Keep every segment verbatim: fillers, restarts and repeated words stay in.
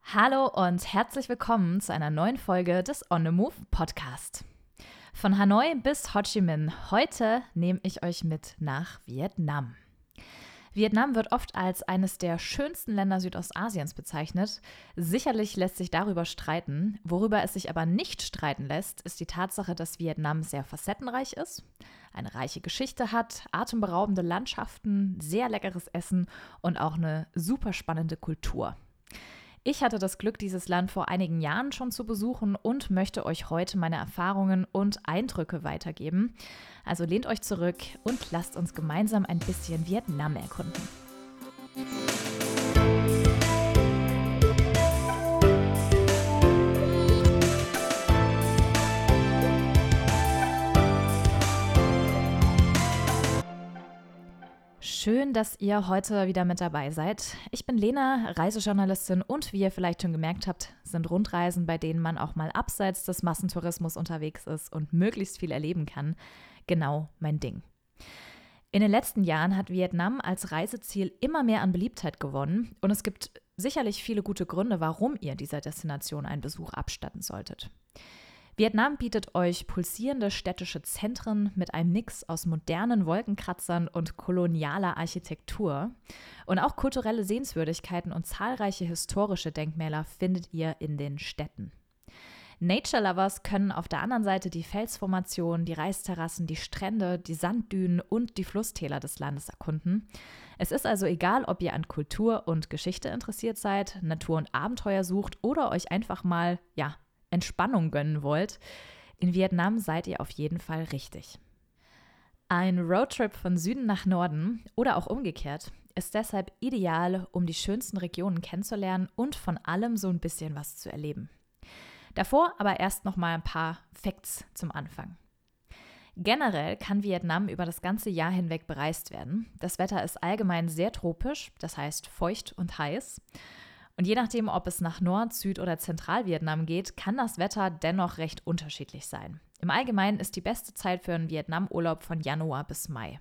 Hallo und herzlich willkommen zu einer neuen Folge des On the Move Podcast. Von Hanoi bis Ho Chi Minh, heute nehme ich euch mit nach Vietnam. Vietnam wird oft als eines der schönsten Länder Südostasiens bezeichnet. Sicherlich lässt sich darüber streiten. Worüber es sich aber nicht streiten lässt, ist die Tatsache, dass Vietnam sehr facettenreich ist, eine reiche Geschichte hat, atemberaubende Landschaften, sehr leckeres Essen und auch eine super spannende Kultur. Ich hatte das Glück, dieses Land vor einigen Jahren schon zu besuchen und möchte euch heute meine Erfahrungen und Eindrücke weitergeben. Also lehnt euch zurück und lasst uns gemeinsam ein bisschen Vietnam erkunden. Schön, dass ihr heute wieder mit dabei seid. Ich bin Lena, Reisejournalistin und wie ihr vielleicht schon gemerkt habt, sind Rundreisen, bei denen man auch mal abseits des Massentourismus unterwegs ist und möglichst viel erleben kann, genau mein Ding. In den letzten Jahren hat Vietnam als Reiseziel immer mehr an Beliebtheit gewonnen und es gibt sicherlich viele gute Gründe, warum ihr dieser Destination einen Besuch abstatten solltet. Vietnam bietet euch pulsierende städtische Zentren mit einem Mix aus modernen Wolkenkratzern und kolonialer Architektur. Und auch kulturelle Sehenswürdigkeiten und zahlreiche historische Denkmäler findet ihr in den Städten. Nature Lovers können auf der anderen Seite die Felsformationen, die Reisterrassen, die Strände, die Sanddünen und die Flusstäler des Landes erkunden. Es ist also egal, ob ihr an Kultur und Geschichte interessiert seid, Natur und Abenteuer sucht oder euch einfach mal, ja, Entspannung gönnen wollt, in Vietnam seid ihr auf jeden Fall richtig. Ein Roadtrip von Süden nach Norden oder auch umgekehrt ist deshalb ideal, um die schönsten Regionen kennenzulernen und von allem so ein bisschen was zu erleben. Davor aber erst noch mal ein paar Facts zum Anfang. Generell kann Vietnam über das ganze Jahr hinweg bereist werden. Das Wetter ist allgemein sehr tropisch, das heißt feucht und heiß. Und je nachdem, ob es nach Nord-, Süd- oder Zentralvietnam geht, kann das Wetter dennoch recht unterschiedlich sein. Im Allgemeinen ist die beste Zeit für einen Vietnam-Urlaub von Januar bis Mai.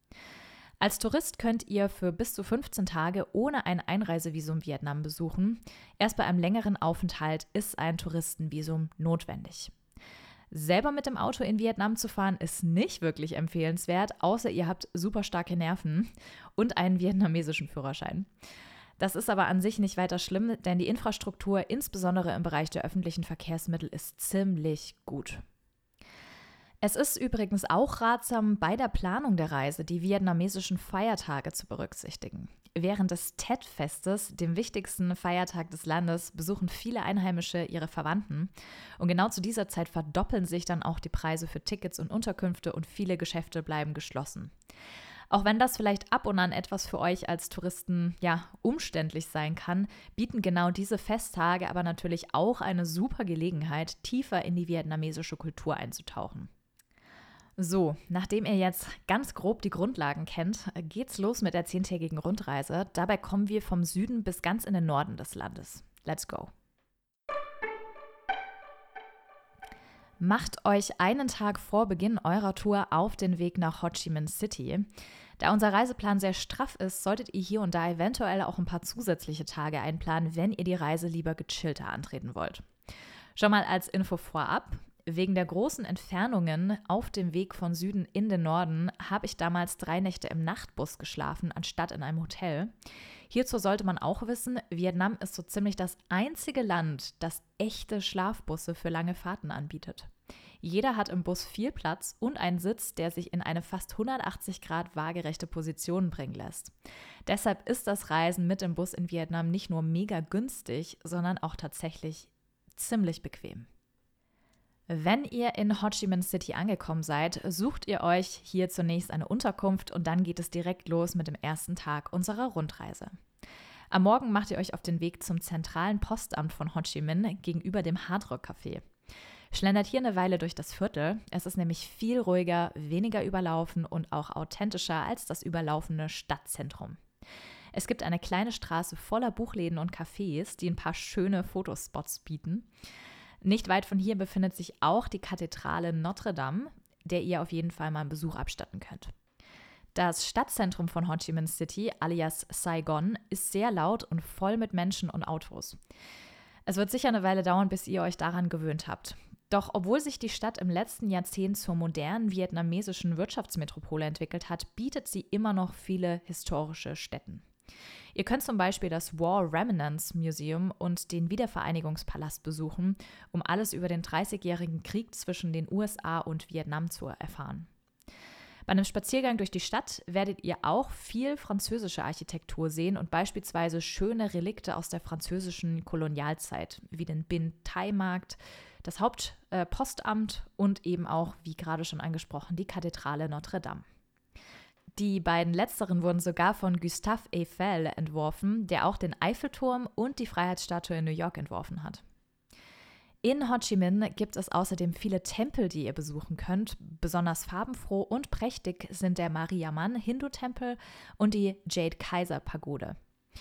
Als Tourist könnt ihr für bis zu fünfzehn Tage ohne ein Einreisevisum Vietnam besuchen. Erst bei einem längeren Aufenthalt ist ein Touristenvisum notwendig. Selber mit dem Auto in Vietnam zu fahren ist nicht wirklich empfehlenswert, außer ihr habt super starke Nerven und einen vietnamesischen Führerschein. Das ist aber an sich nicht weiter schlimm, denn die Infrastruktur, insbesondere im Bereich der öffentlichen Verkehrsmittel, ist ziemlich gut. Es ist übrigens auch ratsam, bei der Planung der Reise die vietnamesischen Feiertage zu berücksichtigen. Während des Tet-Festes, dem wichtigsten Feiertag des Landes, besuchen viele Einheimische ihre Verwandten. Und genau zu dieser Zeit verdoppeln sich dann auch die Preise für Tickets und Unterkünfte und viele Geschäfte bleiben geschlossen. Auch wenn das vielleicht ab und an etwas für euch als Touristen ja umständlich sein kann, bieten genau diese Festtage aber natürlich auch eine super Gelegenheit, tiefer in die vietnamesische Kultur einzutauchen. So, nachdem ihr jetzt ganz grob die Grundlagen kennt, geht's los mit der zehntägigen Rundreise. Dabei kommen wir vom Süden bis ganz in den Norden des Landes. Let's go! Macht euch einen Tag vor Beginn eurer Tour auf den Weg nach Ho Chi Minh City. Da unser Reiseplan sehr straff ist, solltet ihr hier und da eventuell auch ein paar zusätzliche Tage einplanen, wenn ihr die Reise lieber gechillter antreten wollt. Schon mal als Info vorab: Wegen der großen Entfernungen auf dem Weg von Süden in den Norden habe ich damals drei Nächte im Nachtbus geschlafen, anstatt in einem Hotel. Hierzu sollte man auch wissen, Vietnam ist so ziemlich das einzige Land, das echte Schlafbusse für lange Fahrten anbietet. Jeder hat im Bus viel Platz und einen Sitz, der sich in eine fast hundertachtzig Grad waagerechte Position bringen lässt. Deshalb ist das Reisen mit dem Bus in Vietnam nicht nur mega günstig, sondern auch tatsächlich ziemlich bequem. Wenn ihr in Ho Chi Minh City angekommen seid, sucht ihr euch hier zunächst eine Unterkunft und dann geht es direkt los mit dem ersten Tag unserer Rundreise. Am Morgen macht ihr euch auf den Weg zum zentralen Postamt von Ho Chi Minh gegenüber dem Hard Rock Café. Schlendert hier eine Weile durch das Viertel. Es ist nämlich viel ruhiger, weniger überlaufen und auch authentischer als das überlaufene Stadtzentrum. Es gibt eine kleine Straße voller Buchläden und Cafés, die ein paar schöne Fotospots bieten. Nicht weit von hier befindet sich auch die Kathedrale Notre Dame, der ihr auf jeden Fall mal einen Besuch abstatten könnt. Das Stadtzentrum von Ho Chi Minh City, alias Saigon, ist sehr laut und voll mit Menschen und Autos. Es wird sicher eine Weile dauern, bis ihr euch daran gewöhnt habt. Doch obwohl sich die Stadt im letzten Jahrzehnt zur modernen vietnamesischen Wirtschaftsmetropole entwickelt hat, bietet sie immer noch viele historische Stätten. Ihr könnt zum Beispiel das War Remnants Museum und den Wiedervereinigungspalast besuchen, um alles über den dreißigjährigen Krieg zwischen den U S A und Vietnam zu erfahren. Bei einem Spaziergang durch die Stadt werdet ihr auch viel französische Architektur sehen und beispielsweise schöne Relikte aus der französischen Kolonialzeit, wie den Binh Thai Markt, das Hauptpostamt äh, und eben auch, wie gerade schon angesprochen, die Kathedrale Notre Dame. Die beiden letzteren wurden sogar von Gustave Eiffel entworfen, der auch den Eiffelturm und die Freiheitsstatue in New York entworfen hat. In Ho Chi Minh gibt es außerdem viele Tempel, die ihr besuchen könnt. Besonders farbenfroh und prächtig sind der Mariamman Hindu-Tempel und die Jade Kaiser Pagode.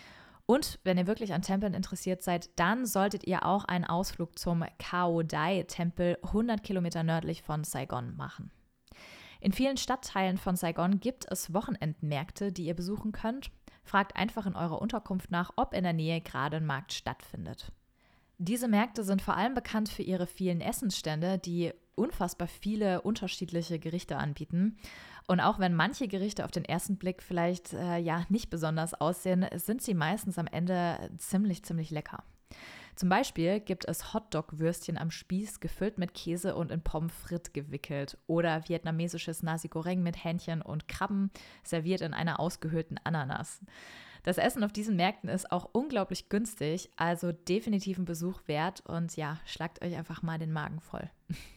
Und wenn ihr wirklich an Tempeln interessiert seid, dann solltet ihr auch einen Ausflug zum Khao Dai-Tempel hundert Kilometer nördlich von Saigon machen. In vielen Stadtteilen von Saigon gibt es Wochenendmärkte, die ihr besuchen könnt. Fragt einfach in eurer Unterkunft nach, ob in der Nähe gerade ein Markt stattfindet. Diese Märkte sind vor allem bekannt für ihre vielen Essensstände, die unfassbar viele unterschiedliche Gerichte anbieten. Und auch wenn manche Gerichte auf den ersten Blick vielleicht äh, ja nicht besonders aussehen, sind sie meistens am Ende ziemlich, ziemlich lecker. Zum Beispiel gibt es Hotdog-Würstchen am Spieß, gefüllt mit Käse und in Pommes frites gewickelt. Oder vietnamesisches Nasi Goreng mit Hähnchen und Krabben, serviert in einer ausgehöhlten Ananas. Das Essen auf diesen Märkten ist auch unglaublich günstig, also definitiv ein Besuch wert und ja, schlagt euch einfach mal den Magen voll.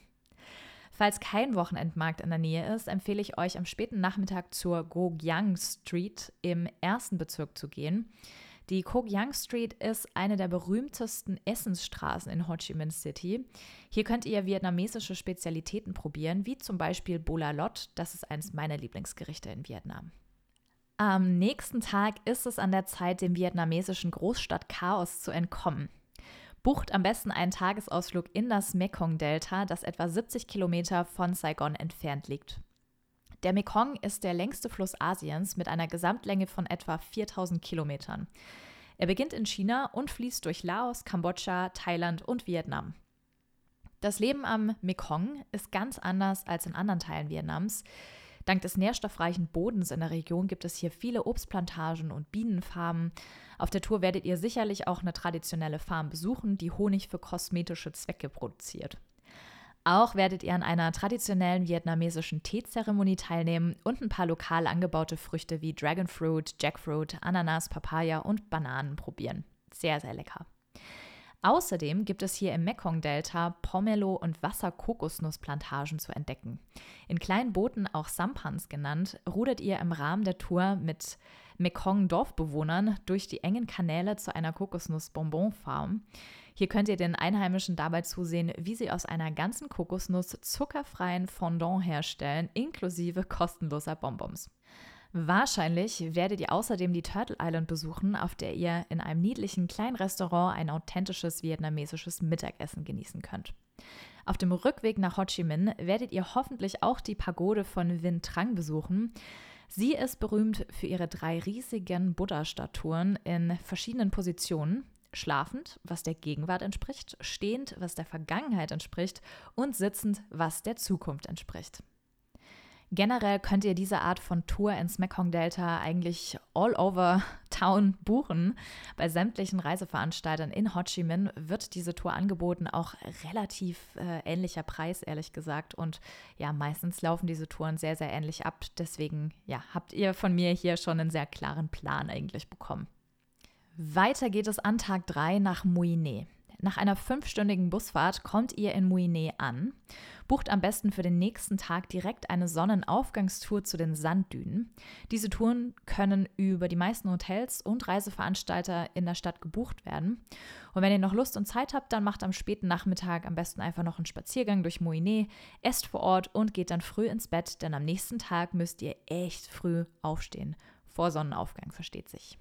Falls kein Wochenendmarkt in der Nähe ist, empfehle ich euch am späten Nachmittag zur Go Giang Street im ersten Bezirk zu gehen. Die Co Giang Street ist eine der berühmtesten Essensstraßen in Ho Chi Minh City. Hier könnt ihr vietnamesische Spezialitäten probieren, wie zum Beispiel Bo La Lot, das ist eines meiner Lieblingsgerichte in Vietnam. Am nächsten Tag ist es an der Zeit, dem vietnamesischen Großstadtchaos zu entkommen. Bucht am besten einen Tagesausflug in das Mekong-Delta, das etwa siebzig Kilometer von Saigon entfernt liegt. Der Mekong ist der längste Fluss Asiens mit einer Gesamtlänge von etwa viertausend Kilometern. Er beginnt in China und fließt durch Laos, Kambodscha, Thailand und Vietnam. Das Leben am Mekong ist ganz anders als in anderen Teilen Vietnams. Dank des nährstoffreichen Bodens in der Region gibt es hier viele Obstplantagen und Bienenfarmen. Auf der Tour werdet ihr sicherlich auch eine traditionelle Farm besuchen, die Honig für kosmetische Zwecke produziert. Auch werdet ihr an einer traditionellen vietnamesischen Teezeremonie teilnehmen und ein paar lokal angebaute Früchte wie Dragonfruit, Jackfruit, Ananas, Papaya und Bananen probieren. Sehr, sehr lecker. Außerdem gibt es hier im Mekong-Delta Pomelo- und Wasser-Kokosnussplantagen zu entdecken. In kleinen Booten, auch Sampans genannt, rudert ihr im Rahmen der Tour mit Mekong-Dorfbewohnern durch die engen Kanäle zu einer Kokosnuss-Bonbon-Farm. Hier könnt ihr den Einheimischen dabei zusehen, wie sie aus einer ganzen Kokosnuss zuckerfreien Fondant herstellen, inklusive kostenloser Bonbons. Wahrscheinlich werdet ihr außerdem die Turtle Island besuchen, auf der ihr in einem niedlichen kleinen Restaurant ein authentisches vietnamesisches Mittagessen genießen könnt. Auf dem Rückweg nach Ho Chi Minh werdet ihr hoffentlich auch die Pagode von Vinh Trang besuchen. Sie ist berühmt für ihre drei riesigen Buddha-Statuen in verschiedenen Positionen. Schlafend, was der Gegenwart entspricht, stehend, was der Vergangenheit entspricht und sitzend, was der Zukunft entspricht. Generell könnt ihr diese Art von Tour ins Mekong-Delta eigentlich all over town buchen. Bei sämtlichen Reiseveranstaltern in Ho Chi Minh wird diese Tour angeboten, auch relativ äh, ähnlicher Preis, ehrlich gesagt. Und ja, meistens laufen diese Touren sehr, sehr ähnlich ab. Deswegen ja, habt ihr von mir hier schon einen sehr klaren Plan eigentlich bekommen. Weiter geht es an Tag drei nach Mui Ne. Nach einer fünfstündigen Busfahrt kommt ihr in Mui Ne an. Bucht am besten für den nächsten Tag direkt eine Sonnenaufgangstour zu den Sanddünen. Diese Touren können über die meisten Hotels und Reiseveranstalter in der Stadt gebucht werden. Und wenn ihr noch Lust und Zeit habt, dann macht am späten Nachmittag am besten einfach noch einen Spaziergang durch Mui Ne, esst vor Ort und geht dann früh ins Bett, denn am nächsten Tag müsst ihr echt früh aufstehen. Vor Sonnenaufgang, versteht sich.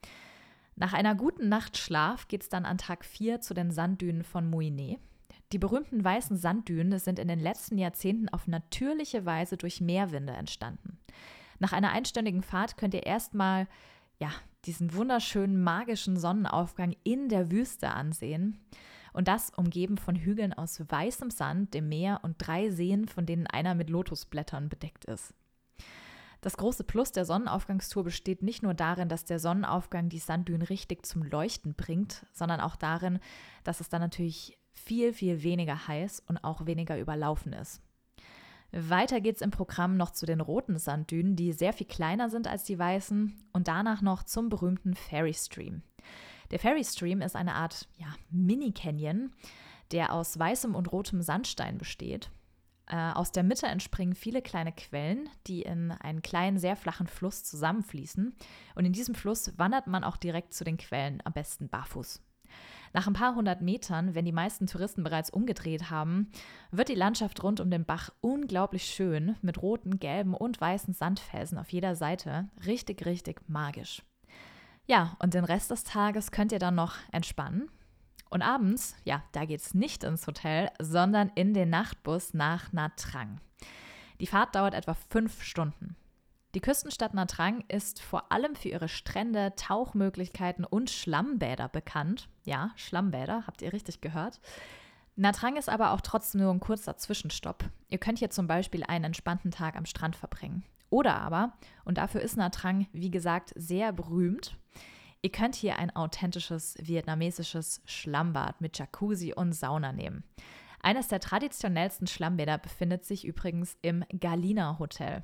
Nach einer guten Nacht Schlaf geht es dann an Tag vier zu den Sanddünen von Mui Ne. Die berühmten weißen Sanddünen sind in den letzten Jahrzehnten auf natürliche Weise durch Meerwinde entstanden. Nach einer einstündigen Fahrt könnt ihr erstmal ja, diesen wunderschönen, magischen Sonnenaufgang in der Wüste ansehen. Und das umgeben von Hügeln aus weißem Sand, dem Meer und drei Seen, von denen einer mit Lotusblättern bedeckt ist. Das große Plus der Sonnenaufgangstour besteht nicht nur darin, dass der Sonnenaufgang die Sanddünen richtig zum Leuchten bringt, sondern auch darin, dass es dann natürlich viel, viel weniger heiß und auch weniger überlaufen ist. Weiter geht's im Programm noch zu den roten Sanddünen, die sehr viel kleiner sind als die weißen, und danach noch zum berühmten Fairy Stream. Der Fairy Stream ist eine Art ja, Mini-Canyon, der aus weißem und rotem Sandstein besteht. Äh, aus der Mitte entspringen viele kleine Quellen, die in einen kleinen, sehr flachen Fluss zusammenfließen. Und in diesem Fluss wandert man auch direkt zu den Quellen, am besten barfuß. Nach ein paar hundert Metern, wenn die meisten Touristen bereits umgedreht haben, wird die Landschaft rund um den Bach unglaublich schön mit roten, gelben und weißen Sandfelsen auf jeder Seite. Richtig, richtig magisch. Ja, und den Rest des Tages könnt ihr dann noch entspannen. Und abends, ja, da geht's nicht ins Hotel, sondern in den Nachtbus nach Nha Trang. Die Fahrt dauert etwa fünf Stunden. Die Küstenstadt Nha Trang ist vor allem für ihre Strände, Tauchmöglichkeiten und Schlammbäder bekannt. Ja, Schlammbäder, habt ihr richtig gehört. Nha Trang ist aber auch trotzdem nur ein kurzer Zwischenstopp. Ihr könnt hier zum Beispiel einen entspannten Tag am Strand verbringen. Oder aber, und dafür ist Nha Trang, wie gesagt, sehr berühmt, ihr könnt hier ein authentisches vietnamesisches Schlammbad mit Jacuzzi und Sauna nehmen. Eines der traditionellsten Schlammbäder befindet sich übrigens im Galina Hotel.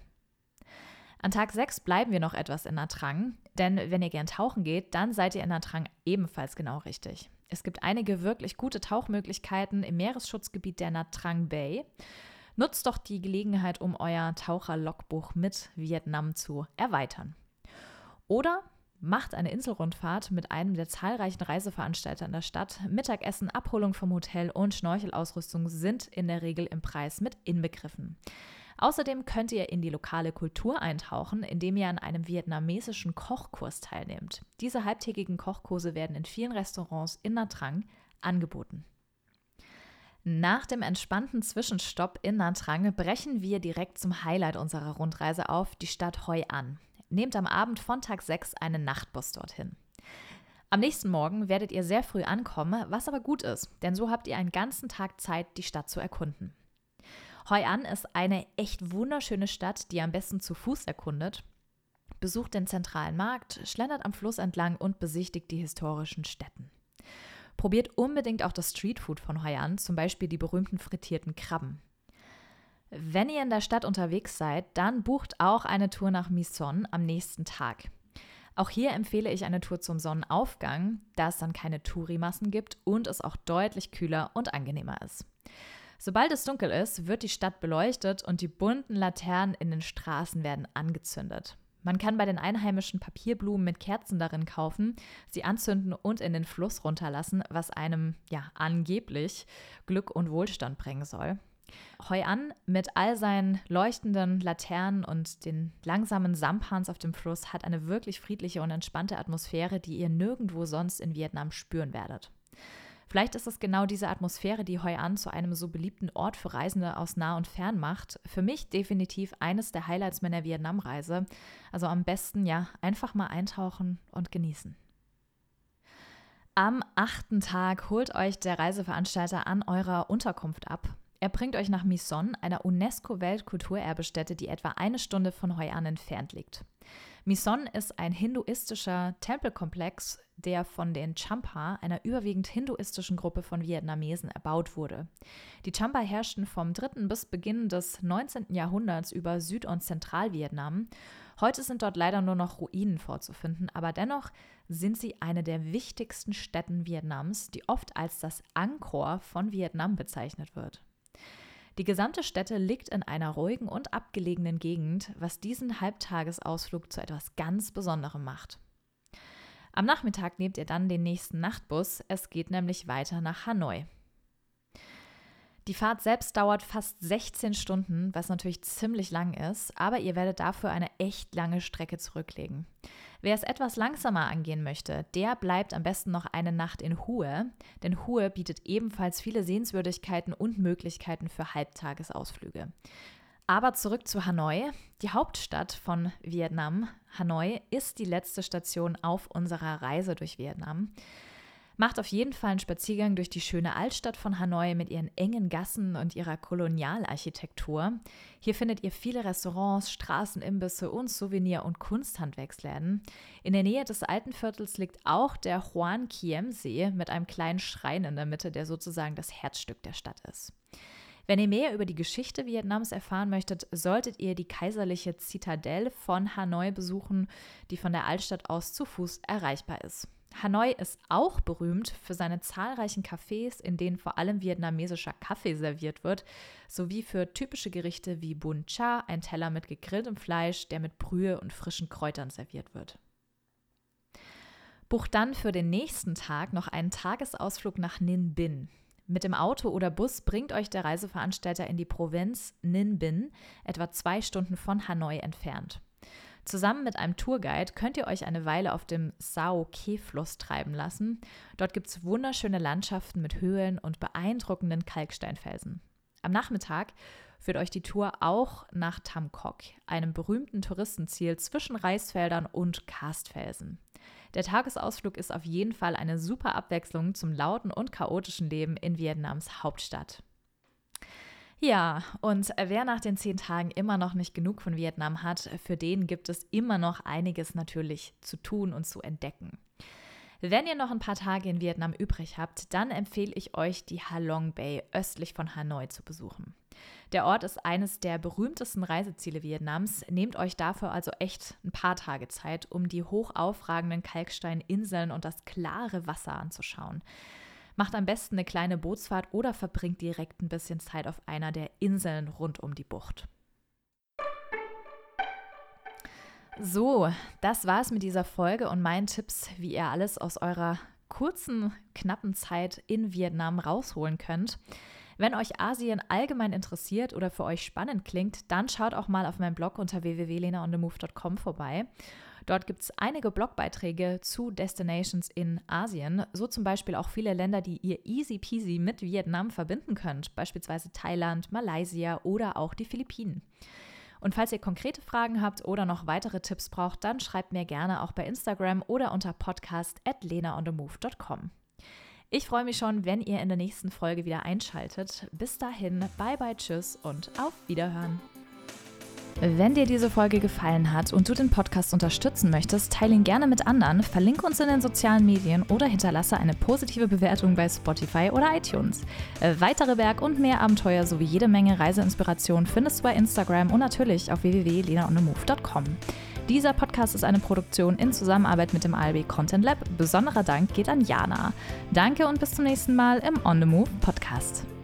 An Tag sechs bleiben wir noch etwas in Nha Trang, denn wenn ihr gern tauchen geht, dann seid ihr in Nha Trang ebenfalls genau richtig. Es gibt einige wirklich gute Tauchmöglichkeiten im Meeresschutzgebiet der Nha Trang Bay. Nutzt doch die Gelegenheit, um euer Taucher-Logbuch mit Vietnam zu erweitern. Oder macht eine Inselrundfahrt mit einem der zahlreichen Reiseveranstalter in der Stadt. Mittagessen, Abholung vom Hotel und Schnorchelausrüstung sind in der Regel im Preis mit inbegriffen. Außerdem könnt ihr in die lokale Kultur eintauchen, indem ihr an einem vietnamesischen Kochkurs teilnehmt. Diese halbtägigen Kochkurse werden in vielen Restaurants in Nha Trang angeboten. Nach dem entspannten Zwischenstopp in Nha Trang brechen wir direkt zum Highlight unserer Rundreise auf, die Stadt Hoi An. Nehmt am Abend von Tag sechs einen Nachtbus dorthin. Am nächsten Morgen werdet ihr sehr früh ankommen, was aber gut ist, denn so habt ihr einen ganzen Tag Zeit, die Stadt zu erkunden. Hoi An ist eine echt wunderschöne Stadt, die ihr am besten zu Fuß erkundet. Besucht den zentralen Markt, schlendert am Fluss entlang und besichtigt die historischen Stätten. Probiert unbedingt auch das Streetfood von Hoi An, zum Beispiel die berühmten frittierten Krabben. Wenn ihr in der Stadt unterwegs seid, dann bucht auch eine Tour nach My Son am nächsten Tag. Auch hier empfehle ich eine Tour zum Sonnenaufgang, da es dann keine Tourimassen gibt und es auch deutlich kühler und angenehmer ist. Sobald es dunkel ist, wird die Stadt beleuchtet und die bunten Laternen in den Straßen werden angezündet. Man kann bei den Einheimischen Papierblumen mit Kerzen darin kaufen, sie anzünden und in den Fluss runterlassen, was einem ja angeblich Glück und Wohlstand bringen soll. Hoi An mit all seinen leuchtenden Laternen und den langsamen Sampans auf dem Fluss hat eine wirklich friedliche und entspannte Atmosphäre, die ihr nirgendwo sonst in Vietnam spüren werdet. Vielleicht ist es genau diese Atmosphäre, die Hoi An zu einem so beliebten Ort für Reisende aus nah und fern macht. Für mich definitiv eines der Highlights meiner Vietnamreise. Also am besten ja einfach mal eintauchen und genießen. Am achten Tag holt euch der Reiseveranstalter an eurer Unterkunft ab. Er bringt euch nach My Son, einer UNESCO-Weltkulturerbestätte, die etwa eine Stunde von Hoi An entfernt liegt. My Son ist ein hinduistischer Tempelkomplex, der von den Champa, einer überwiegend hinduistischen Gruppe von Vietnamesen, erbaut wurde. Die Champa herrschten vom dritten bis Beginn des neunzehnten Jahrhunderts über Süd- und Zentralvietnam. Heute sind dort leider nur noch Ruinen vorzufinden, aber dennoch sind sie eine der wichtigsten Stätten Vietnams, die oft als das Angkor von Vietnam bezeichnet wird. Die gesamte Stätte liegt in einer ruhigen und abgelegenen Gegend, was diesen Halbtagesausflug zu etwas ganz Besonderem macht. Am Nachmittag nehmt ihr dann den nächsten Nachtbus, es geht nämlich weiter nach Hanoi. Die Fahrt selbst dauert fast sechzehn Stunden, was natürlich ziemlich lang ist, aber ihr werdet dafür eine echt lange Strecke zurücklegen. Wer es etwas langsamer angehen möchte, der bleibt am besten noch eine Nacht in Hue, denn Hue bietet ebenfalls viele Sehenswürdigkeiten und Möglichkeiten für Halbtagesausflüge. Aber zurück zu Hanoi. Die Hauptstadt von Vietnam, Hanoi, ist die letzte Station auf unserer Reise durch Vietnam. Macht auf jeden Fall einen Spaziergang durch die schöne Altstadt von Hanoi mit ihren engen Gassen und ihrer Kolonialarchitektur. Hier findet ihr viele Restaurants, Straßenimbisse und Souvenir- und Kunsthandwerksläden. In der Nähe des alten Viertels liegt auch der Hoan Kiem See mit einem kleinen Schrein in der Mitte, der sozusagen das Herzstück der Stadt ist. Wenn ihr mehr über die Geschichte Vietnams erfahren möchtet, solltet ihr die kaiserliche Zitadelle von Hanoi besuchen, die von der Altstadt aus zu Fuß erreichbar ist. Hanoi ist auch berühmt für seine zahlreichen Cafés, in denen vor allem vietnamesischer Kaffee serviert wird, sowie für typische Gerichte wie Bun Cha, ein Teller mit gegrilltem Fleisch, der mit Brühe und frischen Kräutern serviert wird. Bucht dann für den nächsten Tag noch einen Tagesausflug nach Ninh Binh. Mit dem Auto oder Bus bringt euch der Reiseveranstalter in die Provinz Ninh Binh, etwa zwei Stunden von Hanoi entfernt. Zusammen mit einem Tourguide könnt ihr euch eine Weile auf dem Sao Ke-Fluss treiben lassen. Dort gibt es wunderschöne Landschaften mit Höhlen und beeindruckenden Kalksteinfelsen. Am Nachmittag führt euch die Tour auch nach Tam Coc, einem berühmten Touristenziel zwischen Reisfeldern und Karstfelsen. Der Tagesausflug ist auf jeden Fall eine super Abwechslung zum lauten und chaotischen Leben in Vietnams Hauptstadt. Ja, und wer nach den zehn Tagen immer noch nicht genug von Vietnam hat, für den gibt es immer noch einiges natürlich zu tun und zu entdecken. Wenn ihr noch ein paar Tage in Vietnam übrig habt, dann empfehle ich euch, die Ha Long Bay östlich von Hanoi zu besuchen. Der Ort ist eines der berühmtesten Reiseziele Vietnams. Nehmt euch dafür also echt ein paar Tage Zeit, um die hoch aufragenden Kalksteininseln und das klare Wasser anzuschauen. Macht am besten eine kleine Bootsfahrt oder verbringt direkt ein bisschen Zeit auf einer der Inseln rund um die Bucht. So, das war's mit dieser Folge und meinen Tipps, wie ihr alles aus eurer kurzen, knappen Zeit in Vietnam rausholen könnt. Wenn euch Asien allgemein interessiert oder für euch spannend klingt, dann schaut auch mal auf meinem Blog unter w w w punkt lena on the move punkt com vorbei. Dort gibt es einige Blogbeiträge zu Destinations in Asien, so zum Beispiel auch viele Länder, die ihr easy peasy mit Vietnam verbinden könnt, beispielsweise Thailand, Malaysia oder auch die Philippinen. Und falls ihr konkrete Fragen habt oder noch weitere Tipps braucht, dann schreibt mir gerne auch bei Instagram oder unter podcast at lena on the move punkt com. Ich freue mich schon, wenn ihr in der nächsten Folge wieder einschaltet. Bis dahin, bye bye, tschüss und auf Wiederhören. Wenn dir diese Folge gefallen hat und du den Podcast unterstützen möchtest, teile ihn gerne mit anderen, verlinke uns in den sozialen Medien oder hinterlasse eine positive Bewertung bei Spotify oder iTunes. Weitere Berg- und mehr Abenteuer sowie jede Menge Reiseinspiration findest du bei Instagram und natürlich auf w w w punkt lena on the move punkt com. Dieser Podcast ist eine Produktion in Zusammenarbeit mit dem A L B Content Lab. Besonderer Dank geht an Jana. Danke und bis zum nächsten Mal im On the Move Podcast.